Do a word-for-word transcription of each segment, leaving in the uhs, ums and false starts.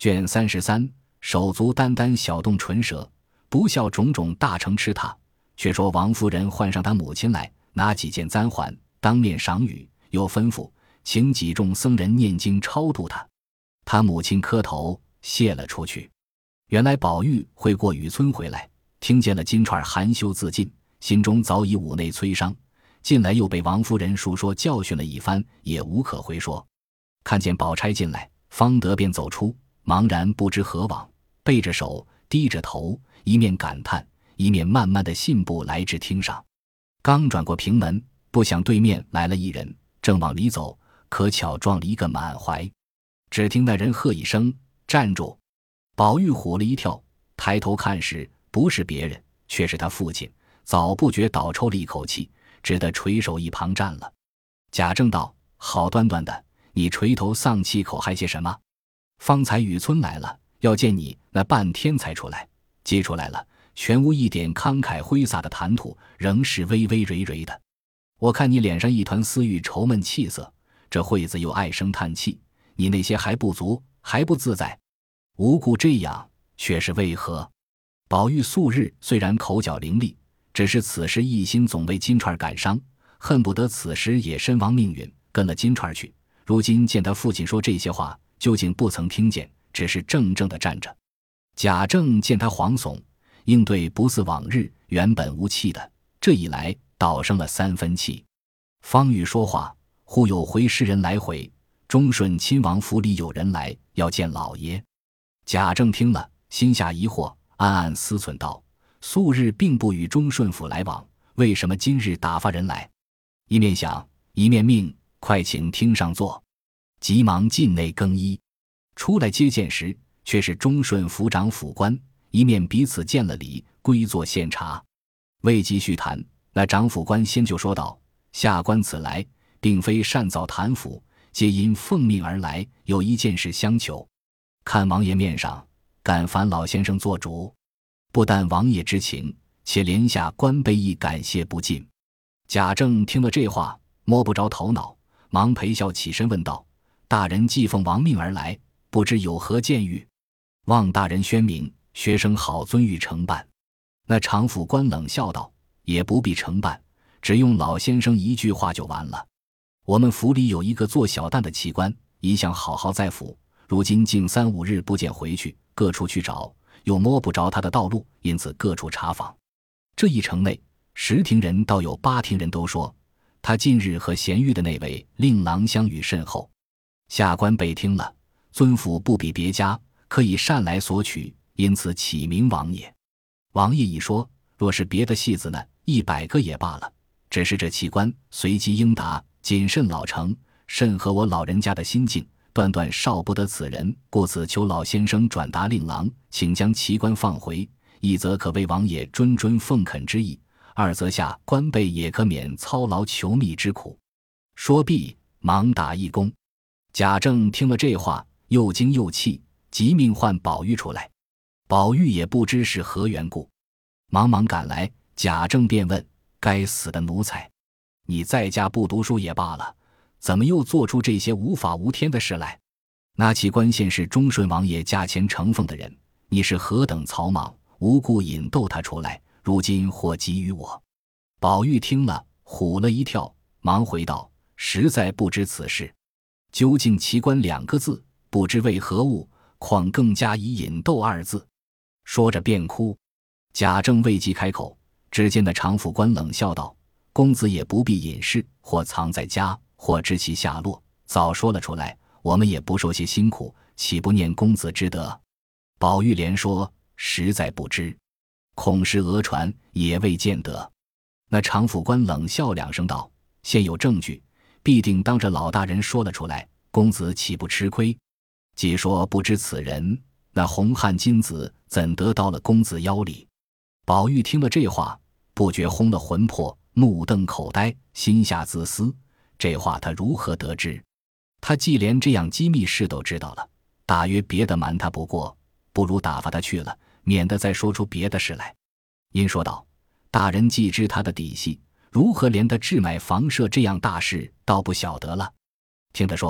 卷三十三，手足眈眈小动唇舌，不孝种种大成吃他。却说王夫人唤上他母亲来，拿几件簪环，当面赏语，又吩咐请几众僧人念经超度他。他母亲磕头谢了出去。原来宝玉会过雨村回来，听见了金钏含羞自尽，心中早已五内摧伤，近来又被王夫人述说教训了一番，也无可回说。看见宝钗进来，方得便走出，茫然不知何往，背着手低着头，一面感叹，一面慢慢的信步来至厅上。刚转过平门，不想对面来了一人，正往里走，可巧撞了一个满怀。只听那人喝一声站住。宝玉唬了一跳，抬头看时，不是别人，却是他父亲，早不觉倒抽了一口气，只得垂手一旁站了。贾政道：好端端的，你垂头丧气口还些什么？方才雨村来了，要见你，那半天才出来，接出来了，全无一点慷慨挥洒的谈吐，仍是微微蕊蕊的。我看你脸上一团私欲愁闷气色，这会子又唉声叹气，你那些还不足，还不自在，无故这样，却是为何？宝玉素日虽然口角伶俐，只是此时一心总为金钏感伤，恨不得此时也身亡命运，跟了金钏去。如今见他父亲说这些话，究竟不曾听见，只是怔怔地站着。贾政见他惶悚，应对不似往日原本无气的，这一来倒生了三分气。方欲说话，忽有回诗人来回，忠顺亲王府里有人来，要见老爷。贾政听了，心下疑惑，暗暗思忖道：素日并不与忠顺府来往，为什么今日打发人来？一面想，一面命快请厅上坐，急忙进内更衣。出来接见时，却是忠顺府长府官，一面彼此见了礼，归坐献茶。未及叙谈，那长府官先就说道：下官此来，并非擅造谈府，皆因奉命而来，有一件事相求。看王爷面上，敢烦老先生做主。不但王爷之情，且连下官辈亦感谢不尽。贾政听了这话，摸不着头脑，忙陪笑起身问道：大人既奉王命而来，不知有何见谕？望大人宣明，学生好遵谕承办。那常府官冷笑道：也不必承办，只用老先生一句话就完了。我们府里有一个做小旦的奇官，一向好好在府，如今竟三五日不见回去，各处去找，又摸不着他的道路，因此各处查访。这一城内十庭人倒有八庭人都说，他近日和贤玉的那位令郎相与甚厚。下官被听了，尊府不比别家，可以善来索取，因此起名王爷。王爷一说，若是别的戏子呢，一百个也罢了，只是这奇官随机应答，谨慎老成，甚合我老人家的心境，断断少不得此人，故此求老先生转达令郎，请将奇官放回，一则可为王爷谆谆奉恳之意，二则下官辈也可免操劳求觅之苦。说毕，忙打一躬。贾政听了这话，又惊又气，急命唤宝玉出来。宝玉也不知是何缘故，忙忙赶来。贾政便问：该死的奴才，你在家不读书也罢了，怎么又做出这些无法无天的事来？那奇官现是忠顺王爷驾前承奉的人，你是何等草莽，无故引逗他出来，如今或急于我。宝玉听了，唬了一跳，忙回道：实在不知此事，究竟奇官两个字，不知为何物，况更加以引逗二字。说着便哭。贾政未及开口，只见那常府官冷笑道：公子也不必隐饰，或藏在家，或知其下落，早说了出来，我们也不受些辛苦，岂不念公子之德？宝玉连说：实在不知，恐是讹传，也未见得。那常府官冷笑两声道：现有证据，必定当着老大人说了出来，公子岂不吃亏？既说不知此人，那红汗金子怎得到了公子腰里？宝玉听了这话，不觉轰了魂魄，目瞪口呆，心下自私，这话他如何得知？他既连这样机密事都知道了，大约别的瞒他不过，不如打发他去了，免得再说出别的事来。因说道：大人既知他的底细，如何连他置买房舍这样大事倒不晓得了？听他说，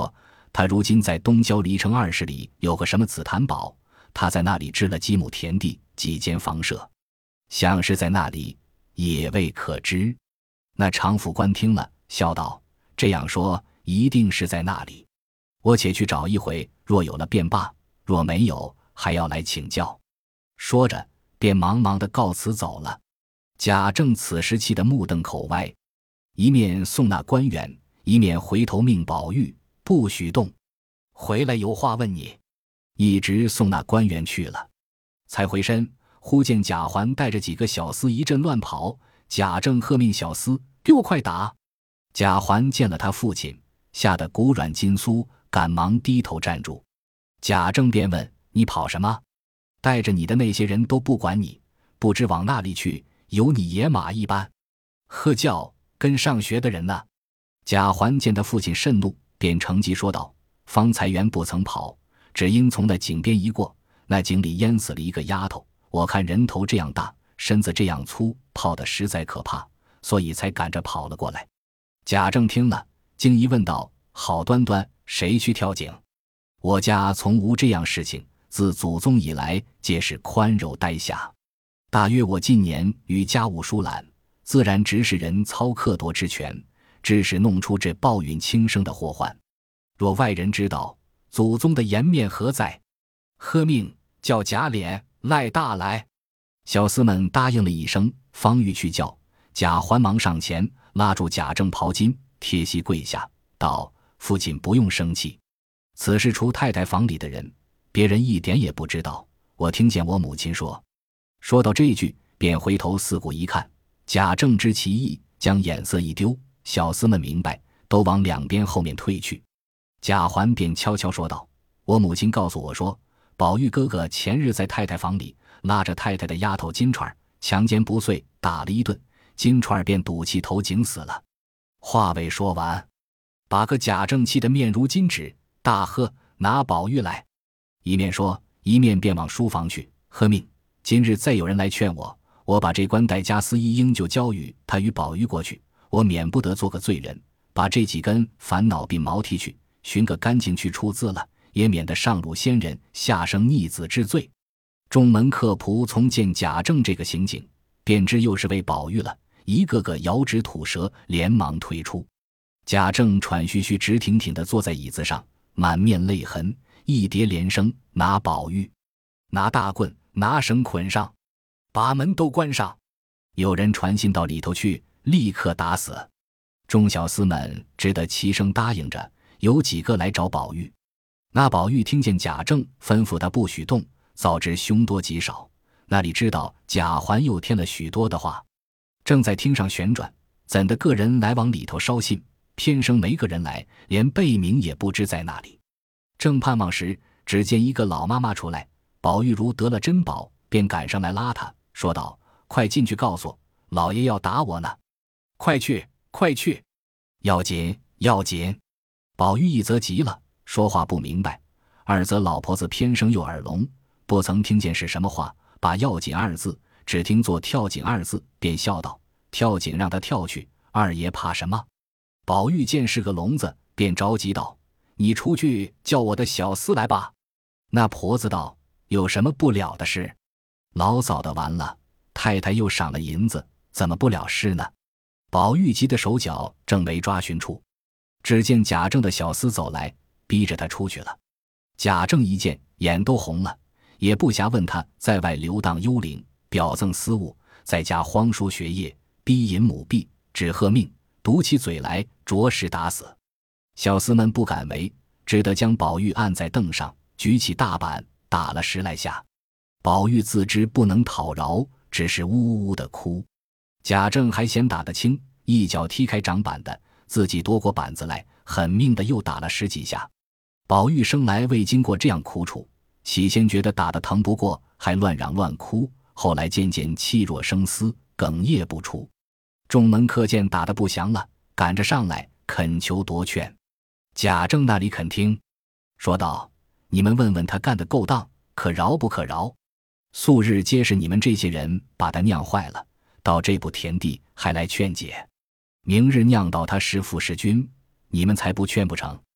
他如今在东郊离城二十里有个什么紫檀堡，他在那里置了几亩田地，几间房舍，想是在那里，也未可知。那常府官听了，笑道：这样说，一定是在那里。我且去找一回，若有了便罢，若没有，还要来请教。说着，便忙忙地告辞走了。贾政此时气得目瞪口歪，一面送那官员，一面回头命宝玉不许动，回来有话问你。一直送那官员去了，才回身，忽见贾环带着几个小厮一阵乱跑。贾政喝命小厮：给我快打！贾环见了他父亲，吓得骨软筋酥，赶忙低头站住。贾政便问：你跑什么？带着你的那些人都不管你，不知往那里去，有你野马一般。喝叫跟上学的人呢？贾环见他父亲甚怒，便乘机说道：方才原不曾跑，只因从那井边一过，那井里淹死了一个丫头，我看人头这样大，身子这样粗，泡得实在可怕，所以才赶着跑了过来。贾政听了，惊疑问道：好端端，谁去跳井？我家从无这样事情，自祖宗以来皆是宽柔待下。大约我近年与家务疏懒，自然指使人操克夺之权，致使弄出这暴殒轻生的祸患。若外人知道，祖宗的颜面何在？喝命叫贾琏、赖大来。小厮们答应了一声，方欲去叫，贾环忙上前拉住贾政袍襟，贴膝跪下道：父亲不用生气，此事除太太房里的人，别人一点也不知道，我听见我母亲说。说到这一句，便回头四顾一看，贾政知其意，将眼色一丢，小厮们明白，都往两边后面退去。贾环便悄悄说道：我母亲告诉我说，宝玉哥哥前日在太太房里拉着太太的丫头金钏强奸不遂，打了一顿，金钏便赌气投井死了。话未说完，把个贾政气得面如金纸，大喝：拿宝玉来！一面说，一面便往书房去，喝命今日再有人来劝我，我把这官带家私一应就交与他与宝玉过去，我免不得做个罪人，把这几根烦恼鬓毛剃去，寻个干净去出资了，也免得上辱先人，下生逆子之罪。众门客仆从见贾政这个行径，便知又是为宝玉了，一个个摇指吐舌，连忙退出。贾政喘吁吁直挺挺地坐在椅子上，满面泪痕，一叠连声：拿宝玉，拿大棍，拿绳捆上，把门都关上。有人传信到里头去，立刻打死。众小厮们只得齐声答应着，有几个来找宝玉。那宝玉听见贾政吩咐他不许动，早知凶多吉少，那里知道贾环又添了许多的话，正在厅上旋转，怎的个人来往里头捎信，偏生没个人来，连贝名也不知在哪里。正盼望时，只见一个老妈妈出来，宝玉如得了珍宝，便赶上来拉他，说道：快进去告诉老爷要打我呢，快去快去，要紧要紧。宝玉一则急了，说话不明白，二则老婆子偏生又耳聋，不曾听见是什么话，把要紧二字只听作跳井二字，便笑道：跳井让他跳去，二爷怕什么？宝玉见是个聋子，便着急道：你出去叫我的小厮来吧。那婆子道：有什么不了的事？老早的完了，太太又赏了银子，怎么不了事呢？宝玉急得手脚正为抓寻处，只见贾政的小厮走来，逼着他出去了。贾政一见，眼都红了，也不暇问他在外游荡幽灵，表赠私物，在家荒疏学业，逼淫母婢，只喝命堵起嘴来，着实打死。小厮们不敢为，只得将宝玉按在凳上，举起大板打了十来下。宝玉自知不能讨饶，只是呜呜的哭。贾政还嫌打得轻，一脚踢开掌板的，自己夺过板子来，狠命的又打了十几下。宝玉生来未经过这样苦楚，起先觉得打得疼不过，还乱嚷乱哭，后来渐渐气若生丝，哽咽不出。众门客见打得不降了，赶着上来恳求夺劝。贾政那里肯听，说道：你们问问他干得够当，可饶不可饶？素日皆是你们这些人把他酿坏了，到这步田地还来劝解，明日酿到他是父是君，你们才不劝不成？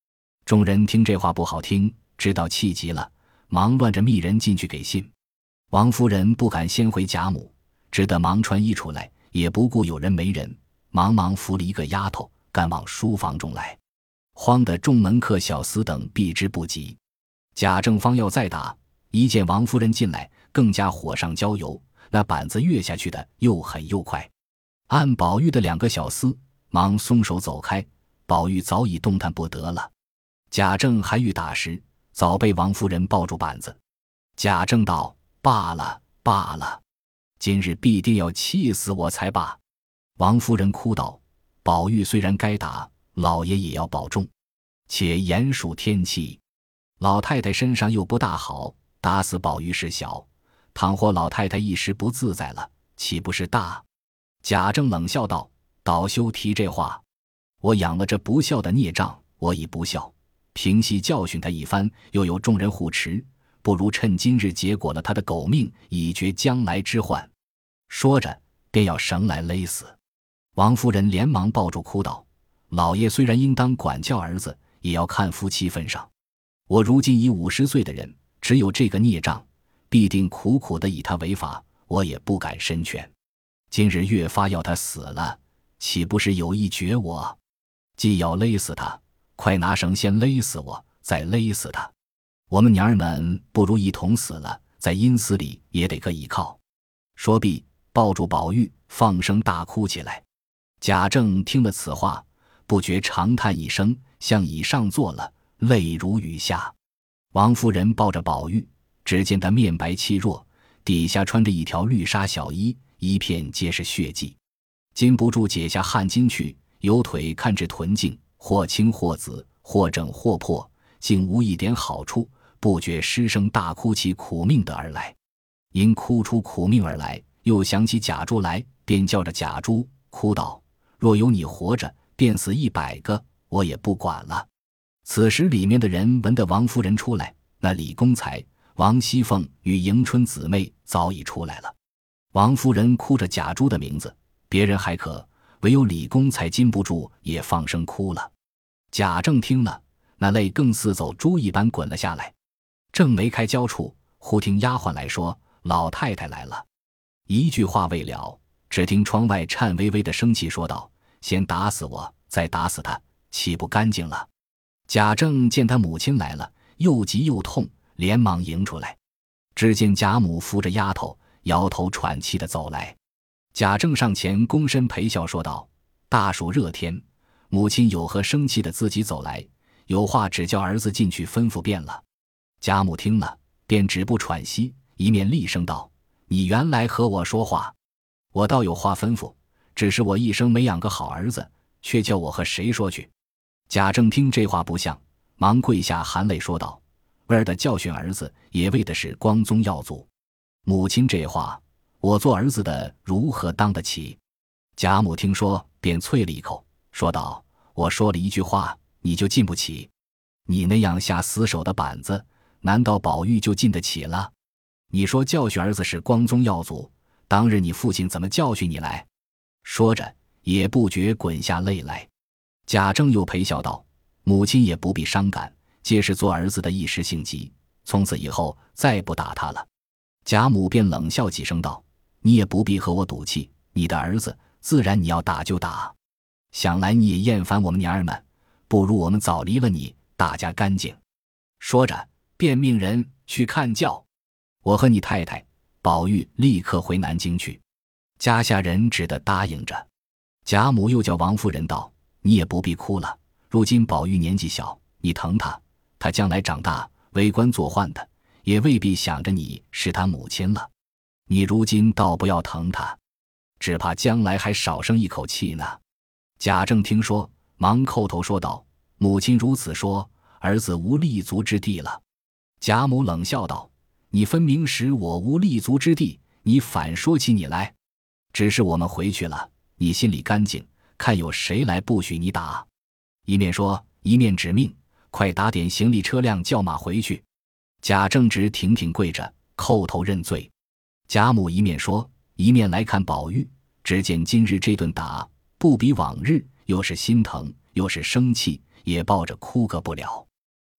众人听这话不好听，知道气急了，忙乱着密人进去给信。王夫人不敢先回贾母，只得忙穿衣出来，也不顾有人没人，忙忙扶了一个丫头赶往书房中来，慌得众门客小厮等避之不及。贾政方要再打，一见王夫人进来，更加火上浇油，那板子跃下去的又狠又快。按宝玉的两个小厮忙松手走开，宝玉早已动弹不得了。贾政还欲打时，早被王夫人抱住板子。贾政道：罢了罢了，今日必定要气死我才罢。王夫人哭道：宝玉虽然该打，老爷也要保重，且严暑天气，老太太身上又不大好，打死宝玉是小，倘或老太太一时不自在了，岂不是大？贾政冷笑道：倒休提这话，我养了这不孝的孽障，我已不孝，平息教训他一番，又有众人护持，不如趁今日结果了他的狗命，以绝将来之患。说着便要绳来勒死。王夫人连忙抱住哭道：老爷虽然应当管教儿子，也要看夫妻份上，我如今已五十岁的人，只有这个孽障，必定苦苦地以他为法，我也不敢伸拳。今日越发要他死了，岂不是有意绝我？既要勒死他，快拿绳先勒死我，再勒死他。我们娘儿们不如一同死了，在阴司里也得个依靠。说毕，抱住宝玉，放声大哭起来。贾政听了此话，不觉长叹一声，向椅上坐了，泪如雨下。王夫人抱着宝玉，只见他面白气弱，底下穿着一条绿纱小衣，一片皆是血迹，禁不住解下汗巾去，由腿看至臀颈，或青或紫，或整或破，竟无一点好处，不觉失声大哭起苦命的而来。因哭出苦命而来，又想起贾珠来，便叫着贾珠哭道：若有你活着，便死一百个，我也不管了。此时里面的人闻得王夫人出来，那李公才、王熙凤与迎春姊妹早已出来了。王夫人哭着贾珠的名字，别人还可，唯有李公才禁不住也放声哭了。贾政听了，那泪更似走珠一般滚了下来。正没开交处，忽听丫鬟来说：老太太来了。一句话未了，只听窗外颤巍巍的生气说道：先打死我，再打死他，岂不干净了？贾政见他母亲来了，又急又痛，连忙迎出来。只见贾母扶着丫头，摇头喘气地走来。贾政上前躬身陪笑说道：大暑热天，母亲有何生气的自己走来，有话只叫儿子进去吩咐便了。贾母听了，便止步喘息，一面厉声道：你原来和我说话，我倒有话吩咐，只是我一生没养个好儿子，却叫我和谁说去？贾政听这话不像，忙跪下含泪说道：为儿的教训儿子，也为的是光宗耀祖。母亲这话，我做儿子的如何当得起？贾母听说，便啐了一口，说道：我说了一句话，你就禁不起？你那样下死手的板子，难道宝玉就禁得起了？你说教训儿子是光宗耀祖，当日你父亲怎么教训你来？说着也不觉滚下泪来。贾政又陪笑道：母亲也不必伤感，皆是做儿子的一时性急，从此以后再不打他了。贾母便冷笑几声道：你也不必和我赌气，你的儿子自然你要打就打，想来你也厌烦我们娘儿们，不如我们早离了你，大家干净。说着便命人去看教，我和你太太宝玉立刻回南京去。家下人只得答应着。贾母又叫王夫人道：你也不必哭了，如今宝玉年纪小，你疼他，他将来长大为官做宦的，也未必想着你是他母亲了。你如今倒不要疼他，只怕将来还少生一口气呢。贾政听说，忙叩头说道：母亲如此说，儿子无立足之地了。贾母冷笑道：你分明使我无立足之地，你反说起你来。只是我们回去了，你心里干净，看有谁来不许你打。一面说，一面指命：快打点行李车辆，叫马回去。贾政直挺挺跪着叩头认罪。贾母一面说，一面来看宝玉，只见今日这顿打不比往日，又是心疼又是生气，也抱着哭个不了。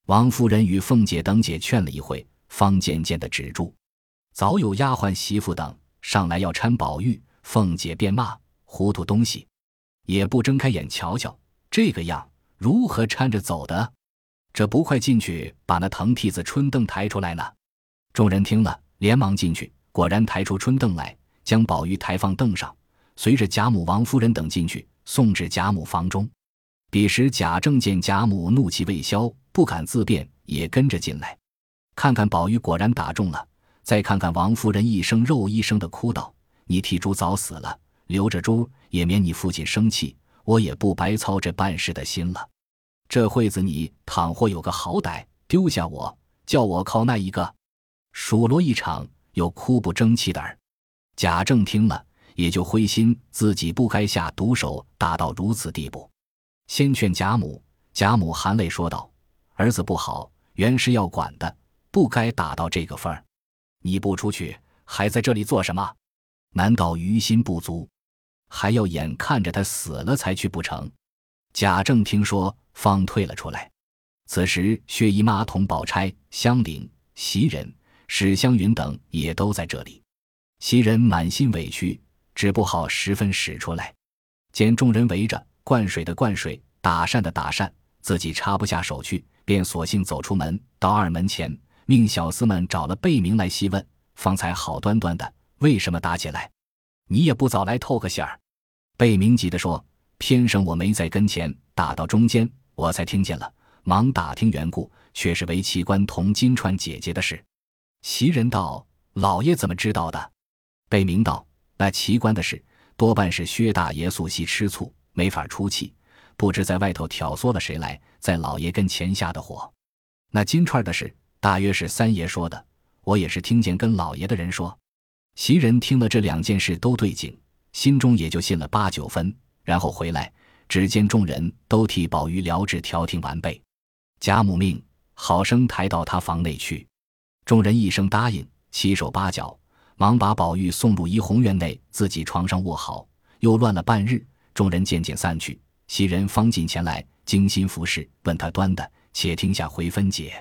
王夫人与凤姐等姐劝了一会，方渐渐地止住。早有丫鬟媳妇等上来要搀宝玉，凤姐便骂：糊涂东西，也不睁开眼瞧瞧，这个样如何搀着走的？这不快进去把那藤梯子春凳抬出来呢？众人听了，连忙进去，果然抬出春凳来，将宝玉抬放凳上，随着贾母、王夫人等进去，送至贾母房中。彼时贾政见贾母怒气未消，不敢自辩，也跟着进来。看看宝玉果然打中了，再看看王夫人一声肉一声的哭道：你替猪早死了，留着猪也免你父亲生气，我也不白操这办事的心了。这会子你倘或有个好歹，丢下我，叫我靠那一个，数落一场，又哭不争气的儿。贾政听了，也就灰心自己不该下毒手打到如此地步，先劝贾母，贾母含泪说道：儿子不好，原是要管的，不该打到这个份儿。你不出去，还在这里做什么？难道于心不足，还要眼看着他死了才去不成？贾政听说，方退了出来。此时薛姨妈同宝钗、香菱、袭人、史湘云等也都在这里。袭人满心委屈，只不好十分使出来。见众人围着，灌水的灌水，打扇的打扇，自己插不下手去，便索性走出门，到二门前，命小厮们找了贝明来细问，方才好端端的，为什么打起来？你也不早来透个信儿。贝明急地说：偏生我没在跟前，打到中间，我才听见了，忙打听缘故，却是韦奇官同金钏姐姐的事。袭人道：老爷怎么知道的？贝明道：那奇官的事，多半是薛大爷素习吃醋，没法出气，不知在外头挑唆了谁来，在老爷跟前下的火。那金钏的事，大约是三爷说的，我也是听见跟老爷的人说。袭人听了这两件事都对劲，心中也就信了八九分，然后回来，只见众人都替宝玉疗治调停完备。贾母命好生抬到他房内去，众人一声答应，七手八脚，忙把宝玉送入怡红院内，自己床上卧好。又乱了半日，众人渐渐散去，袭人方进前来，精心服侍，问他端的，且听下回分解。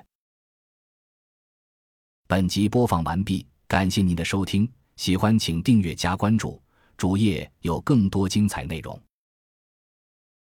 本集播放完毕，感谢您的收听，喜欢请订阅加关注，主页有更多精彩内容。